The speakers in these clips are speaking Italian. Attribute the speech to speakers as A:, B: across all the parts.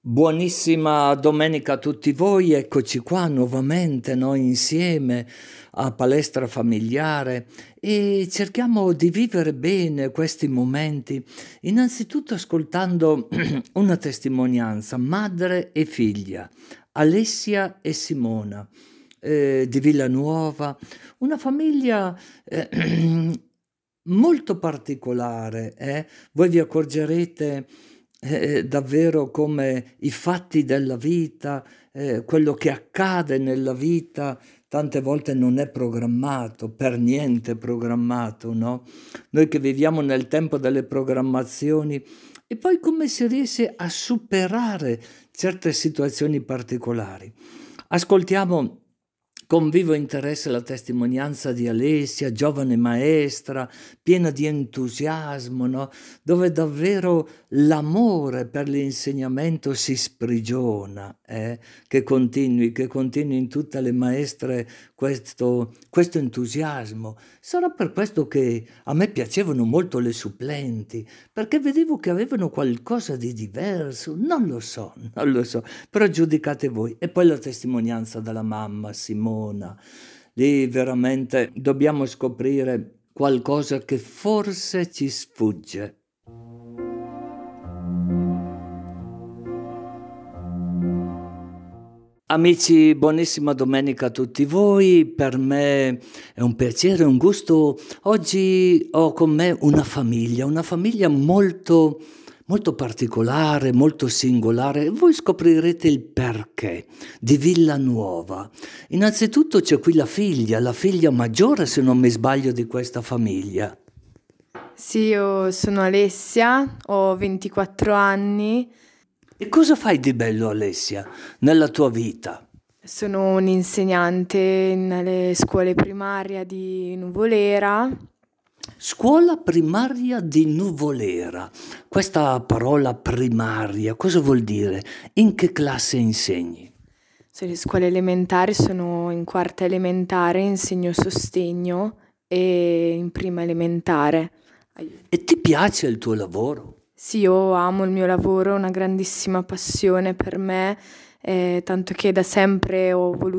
A: Buonissima domenica a tutti voi, eccoci qua nuovamente noi insieme a Palestra Familiare e cerchiamo di vivere bene questi momenti, innanzitutto ascoltando una testimonianza, madre e figlia, Alessia e Simona di Villanuova, una famiglia molto particolare, voi vi accorgerete davvero come i fatti della vita, quello che accade nella vita tante volte non è programmato, per niente programmato, no, noi che viviamo nel tempo delle programmazioni e poi come si riesce a superare certe situazioni particolari. Ascoltiamo con vivo interesse la testimonianza di Alessia, giovane maestra, piena di entusiasmo, no? Dove davvero l'amore per l'insegnamento si sprigiona, che continui in tutte le maestre questo entusiasmo. Sarà per questo che a me piacevano molto le supplenti, perché vedevo che avevano qualcosa di diverso, non lo so, però giudicate voi. E poi la testimonianza della mamma Simona, lì veramente dobbiamo scoprire qualcosa che forse ci sfugge. Amici, buonissima domenica a tutti voi, per me è un piacere, un gusto. Oggi ho con me una famiglia molto, molto particolare, molto singolare. Voi scoprirete il perché di Villanuova. Innanzitutto c'è qui la figlia maggiore, se non mi sbaglio, di questa famiglia.
B: Sì, io sono Alessia, ho 24 anni,
A: E cosa fai di bello, Alessia, nella tua vita?
B: sono un'insegnante nelle scuole primarie di Nuvolera.
A: Scuola primaria di Nuvolera. Questa parola primaria cosa vuol dire? In che classe insegni?
B: Le scuole elementari, sono in quarta elementare, insegno sostegno e in prima elementare.
A: E ti piace il tuo lavoro?
B: Sì, io amo il mio lavoro, è una grandissima passione per me, tanto che da sempre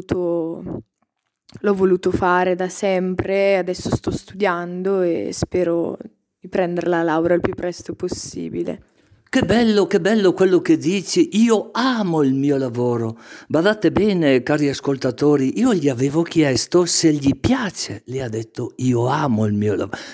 B: l'ho voluto fare da sempre, adesso sto studiando e spero di prendere la laurea il più presto possibile.
A: Che bello quello che dici. Io amo il mio lavoro. Badate bene, cari ascoltatori, io gli avevo chiesto se gli piace. Lei ha detto io amo il mio lavoro.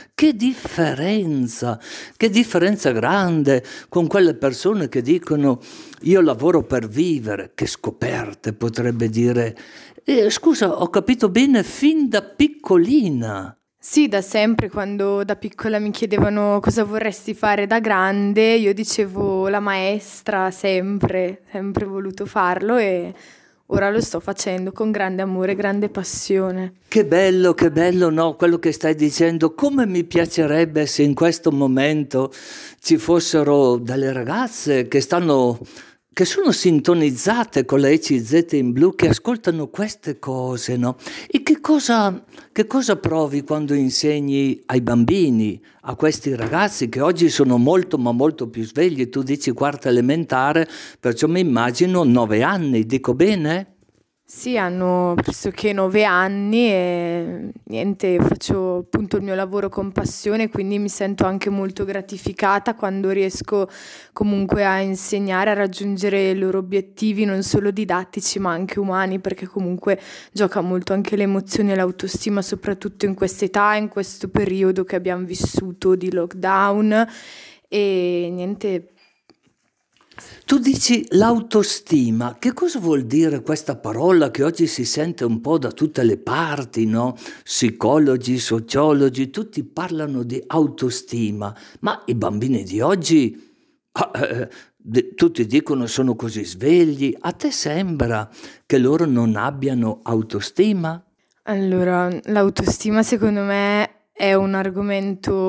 A: Che differenza grande con quelle persone che dicono io lavoro per vivere. Che scoperte potrebbe dire. Scusa, ho capito bene fin da piccolina.
B: Sì, da sempre, quando da piccola mi chiedevano cosa vorresti fare da grande, io dicevo la maestra, sempre voluto farlo e ora lo sto facendo con grande amore, grande passione.
A: Che bello, no, quello che stai dicendo. Come mi piacerebbe se in questo momento ci fossero delle ragazze che sono sintonizzate con la ECZ in blu, che ascoltano queste cose, no? E che cosa provi quando insegni ai bambini, a questi ragazzi che oggi sono molto ma molto più svegli? Tu dici quarta elementare, perciò mi immagino 9 anni, dico bene?
B: Sì, hanno pressoché 9 anni e niente, faccio appunto il mio lavoro con passione, quindi mi sento anche molto gratificata quando riesco comunque a insegnare, a raggiungere i loro obiettivi, non solo didattici ma anche umani, perché comunque gioca molto anche le emozioni e l'autostima, soprattutto in quest'età, in questo periodo che abbiamo vissuto di lockdown e niente.
A: Tu dici l'autostima, che cosa vuol dire questa parola che oggi si sente un po' da tutte le parti, no? Psicologi, sociologi, tutti parlano di autostima, ma i bambini di oggi, tutti dicono sono così svegli, a te sembra che loro non abbiano autostima?
B: Allora, l'autostima secondo me è un argomento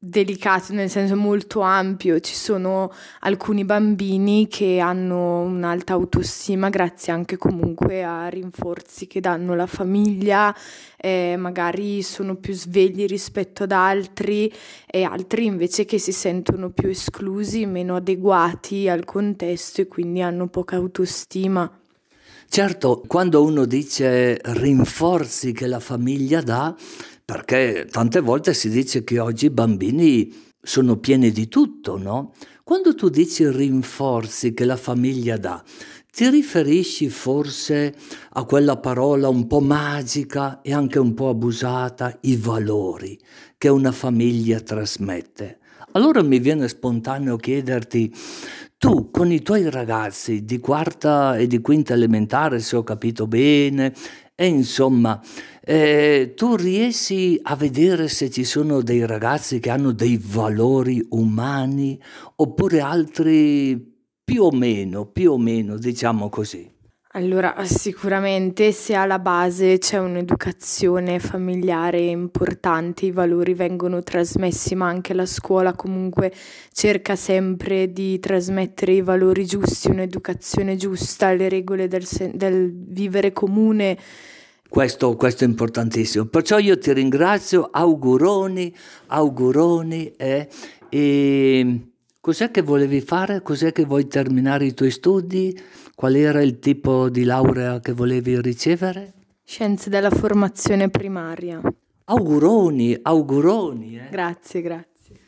B: delicato, nel senso molto ampio. Ci sono alcuni bambini che hanno un'alta autostima grazie anche comunque a rinforzi che danno la famiglia, magari sono più svegli rispetto ad altri, e altri invece che si sentono più esclusi, meno adeguati al contesto e quindi hanno poca autostima.
A: Certo, quando uno dice rinforzi che la famiglia dà, perché tante volte si dice che oggi i bambini sono pieni di tutto, no? Quando tu dici rinforzi che la famiglia dà, ti riferisci forse a quella parola un po' magica e anche un po' abusata, i valori che una famiglia trasmette? Allora mi viene spontaneo chiederti, tu con i tuoi ragazzi di quarta e di quinta elementare, se ho capito bene, e insomma, tu riesci a vedere se ci sono dei ragazzi che hanno dei valori umani oppure altri più o meno, diciamo così.
B: Allora, sicuramente se alla base c'è un'educazione familiare importante, i valori vengono trasmessi, ma anche la scuola comunque cerca sempre di trasmettere i valori giusti, un'educazione giusta, le regole del vivere comune.
A: Questo è importantissimo. Perciò io ti ringrazio, auguroni, auguroni. E cos'è che volevi fare? Cos'è che vuoi terminare i tuoi studi? Qual era il tipo di laurea che volevi ricevere?
B: Scienze della formazione primaria.
A: Auguroni, auguroni.
B: Grazie, grazie.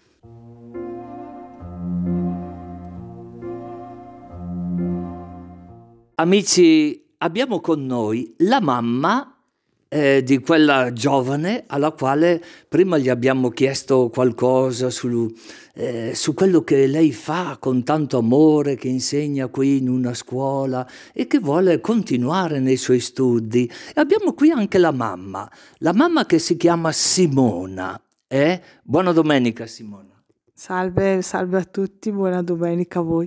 A: Amici, abbiamo con noi la mamma di quella giovane alla quale prima gli abbiamo chiesto qualcosa su quello che lei fa con tanto amore, che insegna qui in una scuola e che vuole continuare nei suoi studi. E abbiamo qui anche la mamma che si chiama Simona. Buona domenica, Simona.
C: Salve, salve a tutti, buona domenica a voi.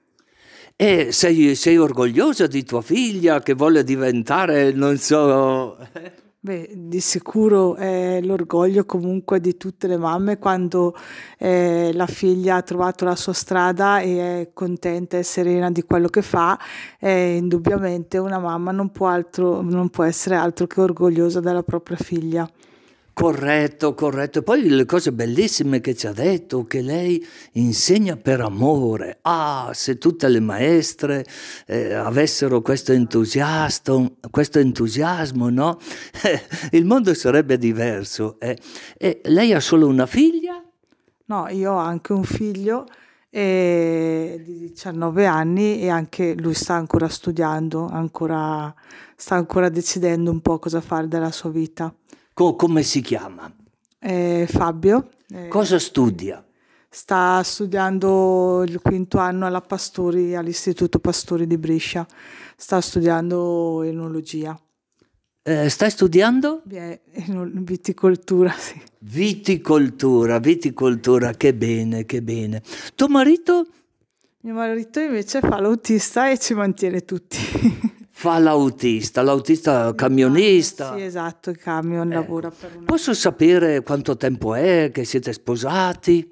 A: E sei orgogliosa di tua figlia che vuole diventare, non so...
C: Beh, di sicuro è l'orgoglio comunque di tutte le mamme quando la figlia ha trovato la sua strada e è contenta e serena di quello che fa. Indubbiamente una mamma non può essere altro che orgogliosa della propria figlia.
A: Corretto. E poi le cose bellissime che ci ha detto, che lei insegna per amore. Ah, se tutte le maestre avessero questo entusiasmo, no? Il mondo sarebbe diverso. E lei ha solo una figlia?
C: No, io ho anche un figlio di 19 anni e anche lui sta ancora studiando, sta ancora decidendo un po' cosa fare della sua vita.
A: Come si chiama?
C: Fabio.
A: Cosa studia?
C: Sta studiando il quinto anno all'Istituto Pastori di Brescia. Sta studiando enologia.
A: Stai studiando?
C: Viticoltura, sì.
A: Viticoltura, che bene. Tuo marito?
C: Mio marito invece fa l'autista e ci mantiene tutti.
A: Fa l'autista camionista.
C: Sì, esatto, il camion lavora per una...
A: Posso sapere quanto tempo è che siete sposati?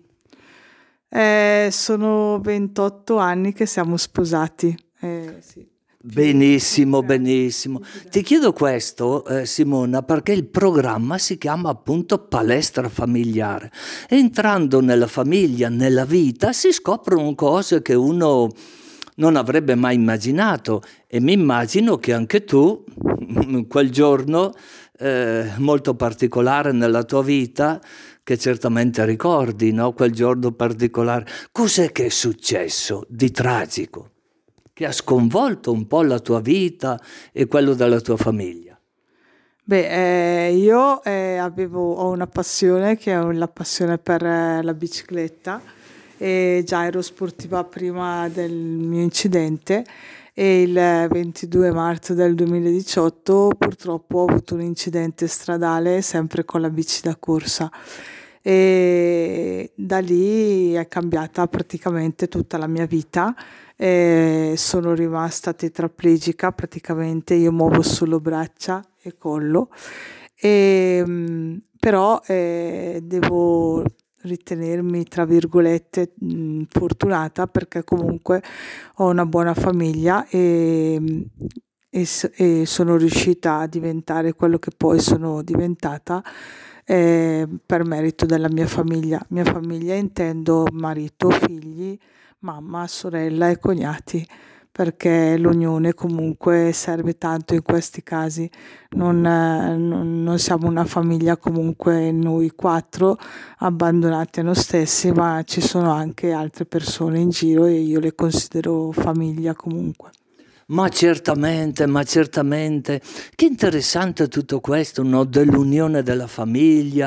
C: Sono 28 anni che siamo sposati. Sì.
A: Benissimo. Ti chiedo questo, Simona, perché il programma si chiama appunto Palestra Familiare. Entrando nella famiglia, nella vita, si scoprono cose che uno non avrebbe mai immaginato, e mi immagino che anche tu, quel giorno molto particolare nella tua vita, che certamente ricordi, no? Quel giorno particolare, cos'è che è successo di tragico, che ha sconvolto un po' la tua vita e quello della tua famiglia?
C: Beh, io ho una passione che è la passione per la bicicletta, e già ero sportiva prima del mio incidente, e il 22 marzo del 2018 purtroppo ho avuto un incidente stradale sempre con la bici da corsa, e da lì è cambiata praticamente tutta la mia vita. Sono rimasta tetraplegica praticamente, io muovo solo braccia e collo, però devo ritenermi, tra virgolette, fortunata, perché comunque ho una buona famiglia e sono riuscita a diventare quello che poi sono diventata per merito della mia famiglia. Mia famiglia intendo marito, figli, mamma, sorella e cognati, perché l'unione comunque serve tanto in questi casi. Non siamo una famiglia comunque noi quattro abbandonati a noi stessi, ma ci sono anche altre persone in giro e io le considero famiglia comunque.
A: Ma certamente, ma certamente. Che interessante tutto questo, no? Dell'unione della famiglia,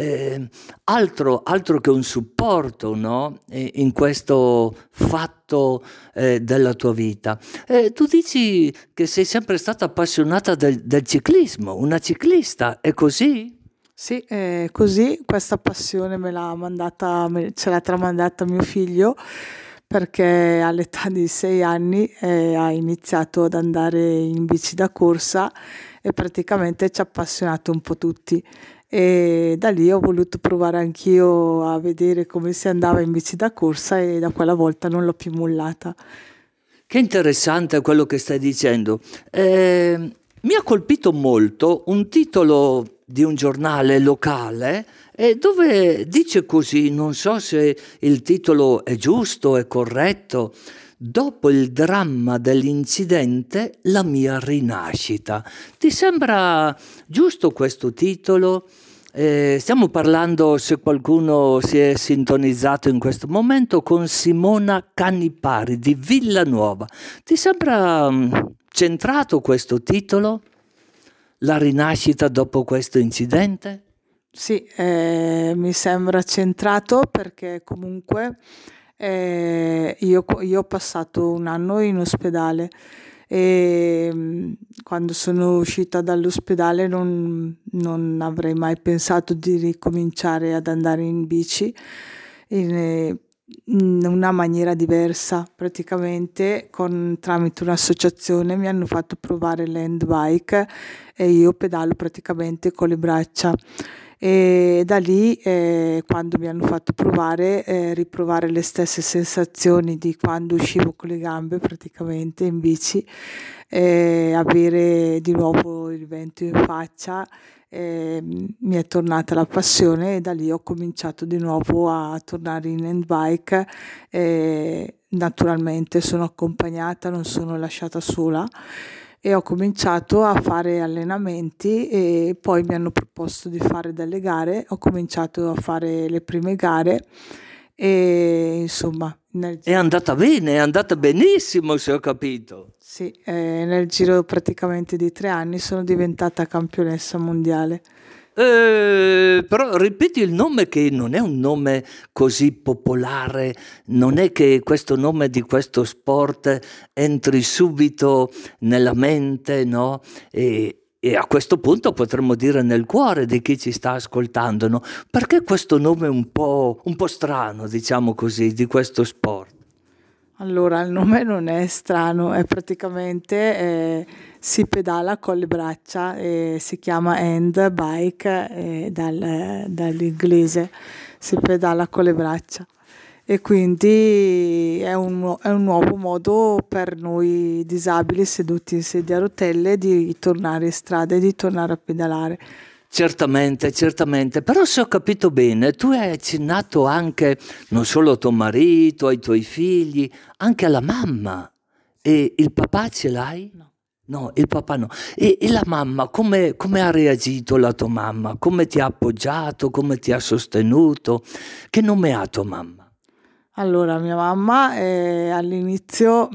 A: altro che un supporto, no? In questo fatto della tua vita. Tu dici che sei sempre stata appassionata del ciclismo, una ciclista, è così?
C: Sì, così questa passione ce l'ha tramandata mio figlio, perché all'età di 6 anni ha iniziato ad andare in bici da corsa e praticamente ci ha appassionato un po' tutti. E da lì ho voluto provare anch'io a vedere come si andava in bici da corsa e da quella volta non l'ho più mollata.
A: Che interessante quello che stai dicendo. Mi ha colpito molto un titolo di un giornale locale dove dice così, non so se il titolo è giusto, è corretto: dopo il dramma dell'incidente, la mia rinascita. Ti sembra giusto questo titolo? Stiamo parlando, se qualcuno si è sintonizzato in questo momento, con Simona Cannipari di Villanuova. Ti sembra centrato questo titolo? La rinascita dopo questo incidente?
C: Sì, mi sembra centrato perché comunque io ho passato un anno in ospedale e quando sono uscita dall'ospedale non avrei mai pensato di ricominciare ad andare in bici in una maniera diversa. Praticamente tramite un'associazione mi hanno fatto provare l'handbike e io pedalo praticamente con le braccia. E da lì quando mi hanno fatto riprovare le stesse sensazioni di quando uscivo con le gambe praticamente in bici, avere di nuovo il vento in faccia, mi è tornata la passione e da lì ho cominciato di nuovo a tornare in handbike. Naturalmente sono accompagnata, non sono lasciata sola, e ho cominciato a fare allenamenti e poi mi hanno proposto di fare delle gare. Ho cominciato a fare le prime gare e insomma
A: È andata bene, è andata benissimo, se ho capito.
C: sì, nel giro praticamente di 3 anni sono diventata campionessa mondiale.
A: Però ripeti il nome, che non è un nome così popolare, non è che questo nome di questo sport entri subito nella mente, no? E a questo punto potremmo dire nel cuore di chi ci sta ascoltando, no? Perché questo nome un po' strano, diciamo così, di questo sport?
C: Allora, il nome non è strano, è praticamente si pedala con le braccia e si chiama hand bike, dall'inglese si pedala con le braccia, e quindi è un nuovo modo per noi disabili seduti in sedia a rotelle di tornare in strada e di tornare a pedalare.
A: Certamente, certamente, però se ho capito bene, tu hai accennato anche non solo a tuo marito, ai tuoi figli, anche alla mamma. E il papà ce l'hai?
C: No.
A: No, il papà no. E la mamma, come ha reagito la tua mamma? Come ti ha appoggiato? Come ti ha sostenuto? Che nome ha tua mamma?
C: Allora, mia mamma all'inizio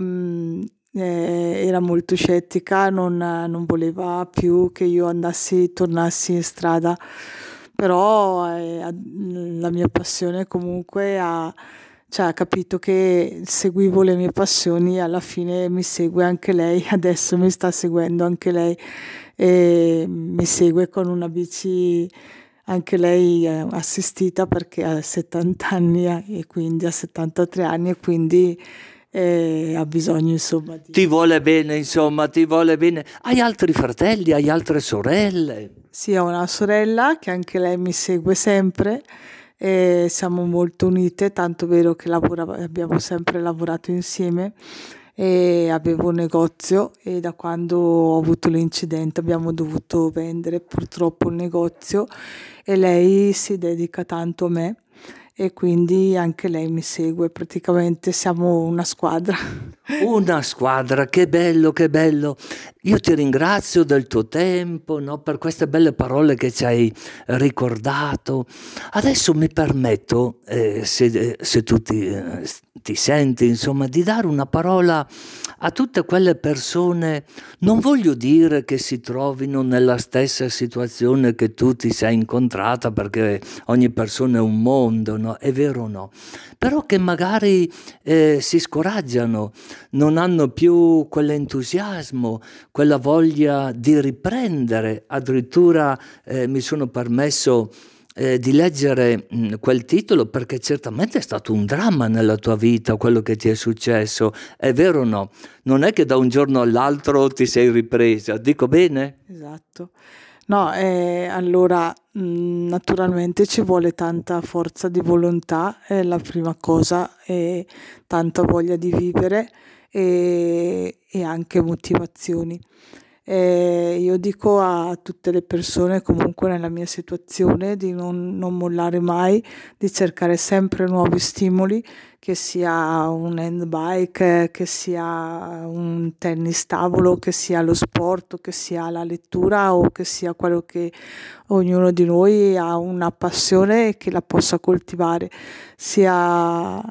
C: era molto scettica, non voleva più che io tornassi in strada, però la mia passione comunque cioè, ha capito che seguivo le mie passioni e alla fine mi segue anche lei, adesso mi sta seguendo anche lei e mi segue con una bici anche lei assistita, perché ha 70 anni e quindi ha 73 anni e quindi ha bisogno insomma di...
A: Ti vuole bene, insomma, ti vuole bene. Hai altri fratelli, hai altre sorelle?
C: Sì, ho una sorella che anche lei mi segue sempre e siamo molto unite, tanto vero che abbiamo sempre lavorato insieme e avevo un negozio e da quando ho avuto l'incidente abbiamo dovuto vendere purtroppo il negozio e lei si dedica tanto a me e quindi anche lei mi segue, praticamente siamo una squadra.
A: Una squadra, che bello, che bello. Io ti ringrazio del tuo tempo, no, per queste belle parole che ci hai ricordato. Adesso mi permetto, se tu ti senti, insomma, di dare una parola a tutte quelle persone, non voglio dire che si trovino nella stessa situazione che tu ti sei incontrata, perché ogni persona è un mondo, no? È vero o no? Però che magari si scoraggiano, non hanno più quell'entusiasmo, quella voglia di riprendere. Addirittura mi sono permesso di leggere quel titolo perché certamente è stato un dramma nella tua vita quello che ti è successo, è vero o no? Non è che da un giorno all'altro ti sei ripresa, dico bene?
C: Esatto. No, allora naturalmente ci vuole tanta forza di volontà, è la prima cosa, e tanta voglia di vivere e anche motivazioni. Io dico a tutte le persone comunque nella mia situazione di non mollare mai, di cercare sempre nuovi stimoli, che sia un handbike, che sia un tennis tavolo, che sia lo sport, che sia la lettura o che sia quello che ognuno di noi ha una passione e che la possa coltivare, sia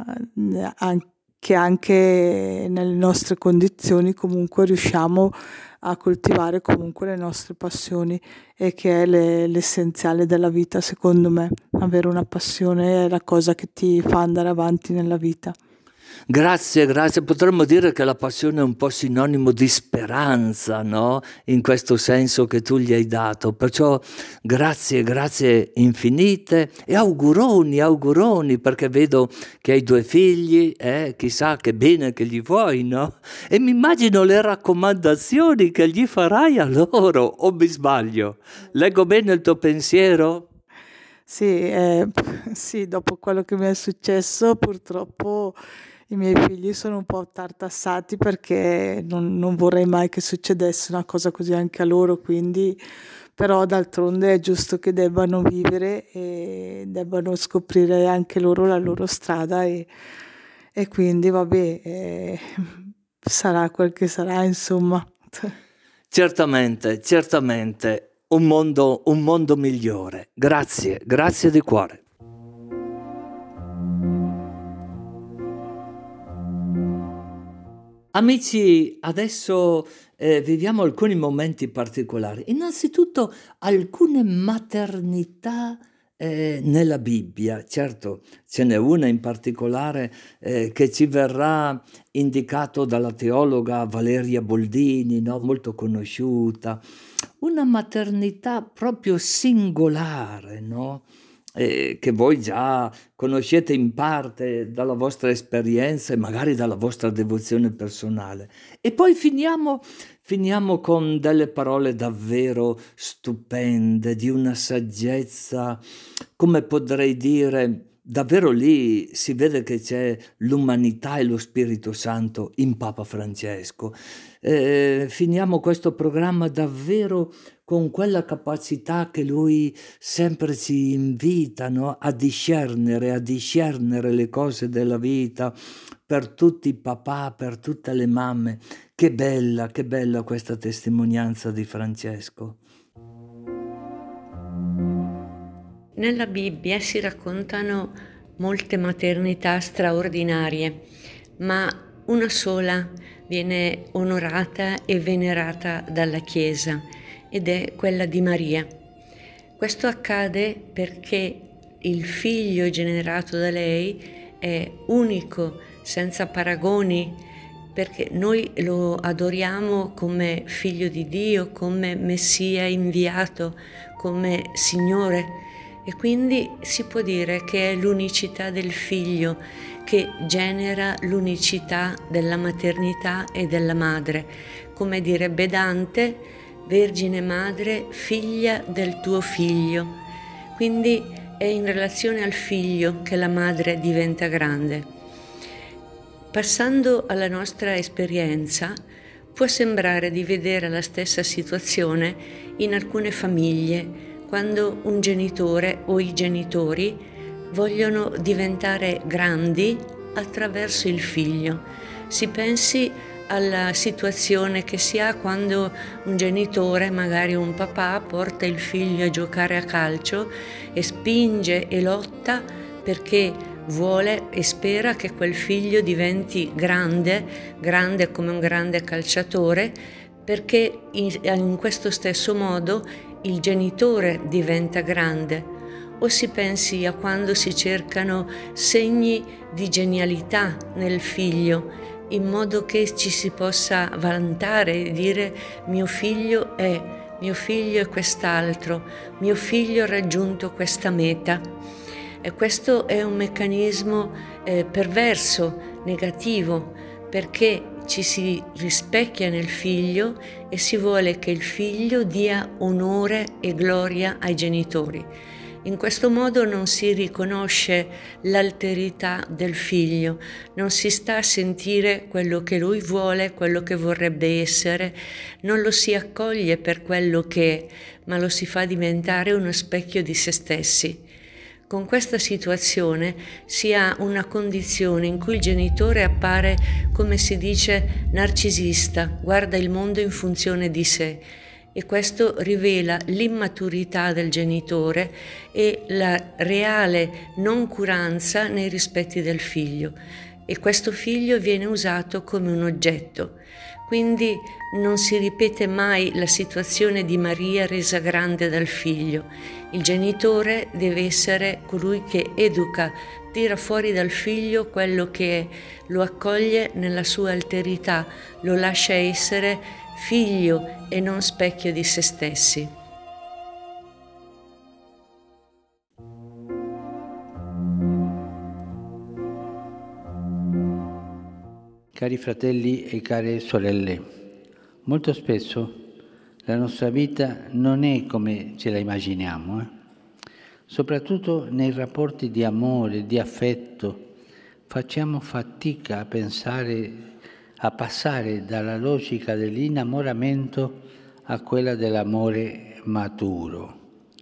C: che anche nelle nostre condizioni comunque riusciamo a coltivare comunque le nostre passioni e che è l'essenziale della vita, secondo me. Avere una passione è la cosa che ti fa andare avanti nella vita.
A: Grazie, grazie. Potremmo dire che la passione è un po' sinonimo di speranza, no? In questo senso che tu gli hai dato. Perciò grazie, grazie infinite e auguroni, auguroni, perché vedo che hai 2 figli, chissà che bene che gli vuoi, no? E mi immagino le raccomandazioni che gli farai a loro, o mi sbaglio? Leggo bene il tuo pensiero?
C: Sì, sì, dopo quello che mi è successo, purtroppo i miei figli sono un po' tartassati perché non vorrei mai che succedesse una cosa così anche a loro, quindi però d'altronde è giusto che debbano vivere e debbano scoprire anche loro la loro strada e quindi vabbè, sarà quel che sarà, insomma.
A: Certamente, certamente, un mondo migliore. Grazie, grazie di cuore. Amici, adesso viviamo alcuni momenti particolari. Innanzitutto alcune maternità nella Bibbia. Certo, ce n'è una in particolare che ci verrà indicato dalla teologa Valeria Boldini, no? Molto conosciuta. Una maternità proprio singolare, no? Che voi già conoscete in parte dalla vostra esperienza e magari dalla vostra devozione personale. E poi finiamo con delle parole davvero stupende, di una saggezza, come potrei dire, davvero lì si vede che c'è l'umanità e lo Spirito Santo in Papa Francesco. Finiamo questo programma davvero con quella capacità che lui sempre ci invita, no? A discernere le cose della vita per tutti i papà, per tutte le mamme. Che bella questa testimonianza di Francesco.
D: Nella Bibbia si raccontano molte maternità straordinarie, ma una sola viene onorata e venerata dalla Chiesa ed è quella di Maria. Questo accade perché il figlio generato da lei è unico, senza paragoni, perché noi lo adoriamo come figlio di Dio, come Messia inviato, come Signore. E quindi si può dire che è l'unicità del figlio che genera l'unicità della maternità e della madre. Come direbbe Dante, Vergine Madre, figlia del tuo figlio. Quindi è in relazione al figlio che la madre diventa grande. Passando alla nostra esperienza, può sembrare di vedere la stessa situazione in alcune famiglie, quando un genitore o i genitori vogliono diventare grandi attraverso il figlio. Si pensi alla situazione che si ha quando un genitore, magari un papà, porta il figlio a giocare a calcio e spinge e lotta perché vuole e spera che quel figlio diventi grande come un grande calciatore, perché in questo stesso modo il genitore diventa grande. O si pensi a quando si cercano segni di genialità nel figlio, in modo che ci si possa vantare e dire mio figlio è quest'altro, mio figlio ha raggiunto questa meta. E questo è un meccanismo perverso, negativo, perché ci si rispecchia nel figlio e si vuole che il figlio dia onore e gloria ai genitori. In questo modo non si riconosce l'alterità del figlio, non si sta a sentire quello che lui vuole, quello che vorrebbe essere, non lo si accoglie per quello che è, ma lo si fa diventare uno specchio di se stessi. Con questa situazione si ha una condizione in cui il genitore appare, come si dice, narcisista, guarda il mondo in funzione di sé. E questo rivela l'immaturità del genitore e la reale noncuranza nei rispetti del figlio. E questo figlio viene usato come un oggetto. Quindi non si ripete mai la situazione di Maria resa grande dal figlio. Il genitore deve essere colui che educa, tira fuori dal figlio quello che è, lo accoglie nella sua alterità, lo lascia essere figlio e non specchio di se stessi.
E: Cari fratelli e care sorelle, molto spesso la nostra vita non è come ce la immaginiamo, Soprattutto nei rapporti di amore, di affetto, facciamo fatica a pensare, a passare dalla logica dell'innamoramento a quella dell'amore maturo.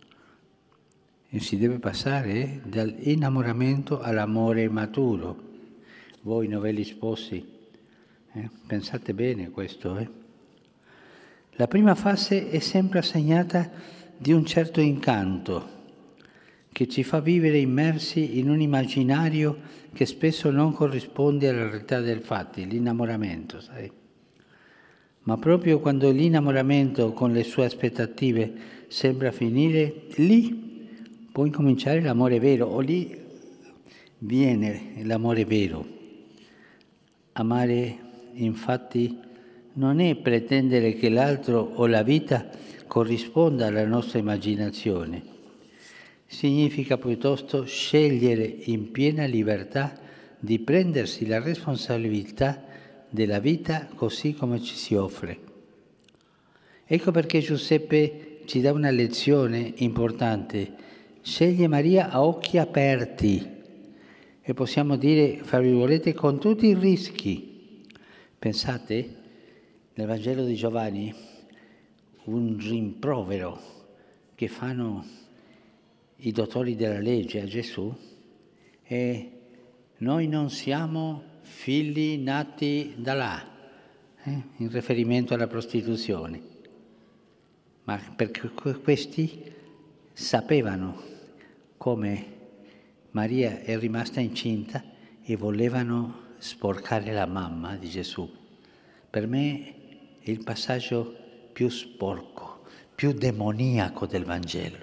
E: E si deve passare dall'innamoramento all'amore maturo. Voi novelli sposi, pensate bene questo, La prima fase è sempre assegnata di un certo incanto che ci fa vivere immersi in un immaginario che spesso non corrisponde alla realtà dei fatti, l'innamoramento, sai? Ma proprio quando l'innamoramento con le sue aspettative sembra finire, lì può incominciare l'amore vero, o lì viene l'amore vero. Amare, infatti, non è pretendere che l'altro o la vita corrisponda alla nostra immaginazione. Significa piuttosto scegliere in piena libertà di prendersi la responsabilità della vita così come ci si offre. Ecco perché Giuseppe ci dà una lezione importante. Sceglie Maria a occhi aperti e possiamo dire, fra virgolette, con tutti i rischi. Pensate, nel Vangelo di Giovanni, un rimprovero che fanno i dottori della legge a Gesù è: noi non siamo figli nati da là, in riferimento alla prostituzione. Ma perché questi sapevano come Maria è rimasta incinta e volevano sporcare la mamma di Gesù. Per me è il passaggio più sporco, più demoniaco del Vangelo.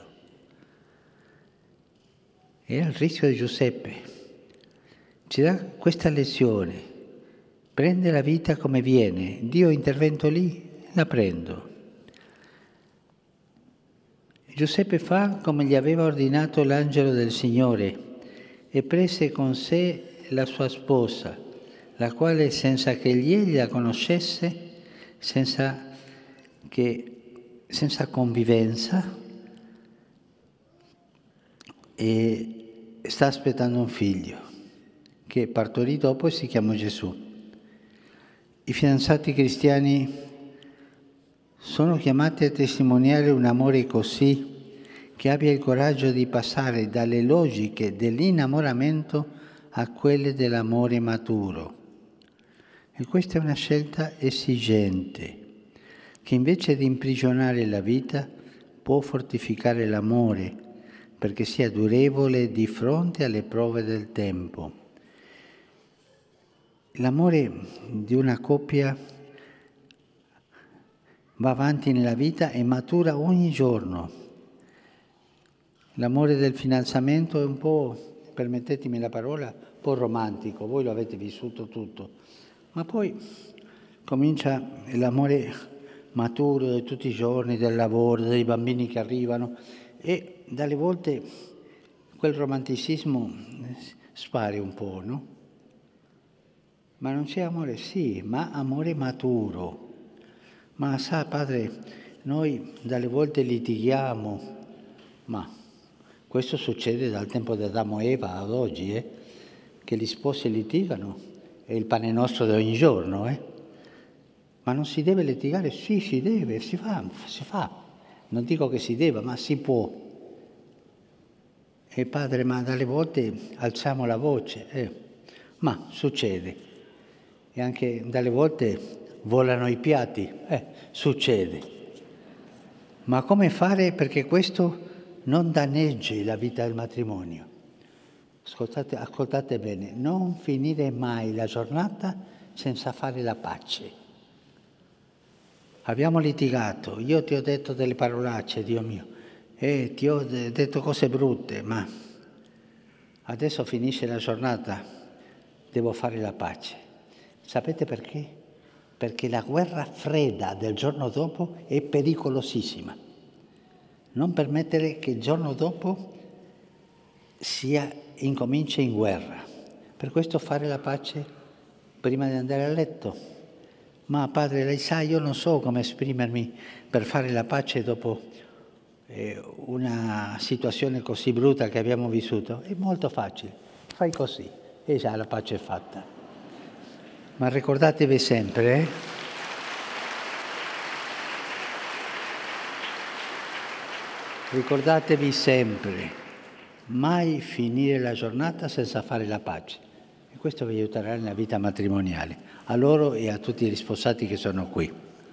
E: Era il rischio di Giuseppe. Ci dà questa lezione. Prende la vita come viene. Dio è intervenuto lì, la prendo. Giuseppe fa come gli aveva ordinato l'angelo del Signore e prese con sé la sua sposa, la quale senza che egli la conoscesse, senza convivenza, e sta aspettando un figlio che partorì dopo e si chiama Gesù. I fidanzati cristiani sono chiamati a testimoniare un amore così che abbia il coraggio di passare dalle logiche dell'innamoramento a quelle dell'amore maturo. E questa è una scelta esigente, che invece di imprigionare la vita può fortificare l'amore, perché sia durevole di fronte alle prove del tempo. L'amore di una coppia va avanti nella vita e matura ogni giorno. L'amore del fidanzamento è un po', permettetemi la parola, un po' romantico, voi lo avete vissuto tutto, ma poi comincia l'amore maturo di tutti i giorni, del lavoro, dei bambini che arrivano, e dalle volte quel romanticismo spare un po', no? Ma non c'è amore? Sì, ma amore maturo. Ma sa, padre, noi dalle volte litighiamo, ma questo succede dal tempo di Adamo e Eva ad oggi, che gli sposi litigano, è il pane nostro di ogni giorno, Ma non si deve litigare? Sì, si deve, si fa. Non dico che si deve, ma si può. E padre, ma dalle volte alziamo la voce, ma succede. E anche dalle volte volano i piatti, succede. Ma come fare perché questo non danneggi la vita del matrimonio? Ascoltate bene, non finire mai la giornata senza fare la pace. Abbiamo litigato, io ti ho detto delle parolacce, Dio mio, ti ho detto cose brutte, ma adesso finisce la giornata, devo fare la pace. Sapete perché? Perché la guerra fredda del giorno dopo è pericolosissima. Non permettere che il giorno dopo incominci in guerra. Per questo fare la pace prima di andare a letto. Ma padre, lei sa, io non so come esprimermi per fare la pace dopo una situazione così brutta che abbiamo vissuto. È molto facile, fai così e già la pace è fatta. Ma ricordatevi sempre, ricordatevi sempre, mai finire la giornata senza fare la pace. E questo vi aiuterà nella vita matrimoniale, a loro e a tutti gli sposati che sono qui.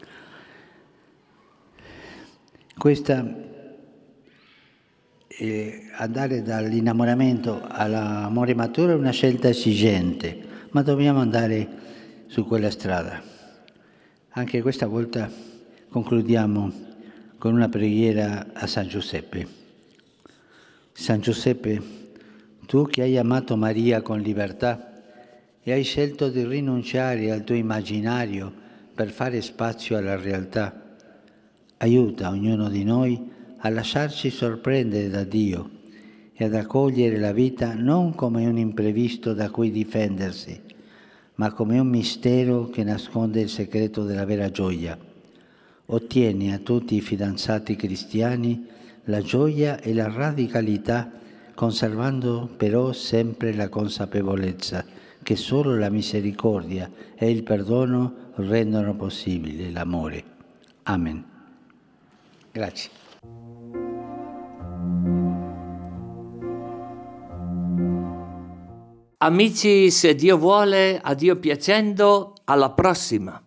E: Andare dall'innamoramento all'amore maturo è una scelta esigente, ma dobbiamo andare su quella strada. Anche questa volta concludiamo con una preghiera a San Giuseppe. San Giuseppe, tu che hai amato Maria con libertà e hai scelto di rinunciare al tuo immaginario per fare spazio alla realtà, aiuta ognuno di noi a lasciarci sorprendere da Dio e ad accogliere la vita non come un imprevisto da cui difendersi, ma come un mistero che nasconde il segreto della vera gioia. Ottieni a tutti i fidanzati cristiani la gioia e la radicalità, conservando però sempre la consapevolezza che solo la misericordia e il perdono rendono possibile l'amore. Amen. Grazie.
A: Amici, se Dio vuole, a Dio piacendo, alla prossima.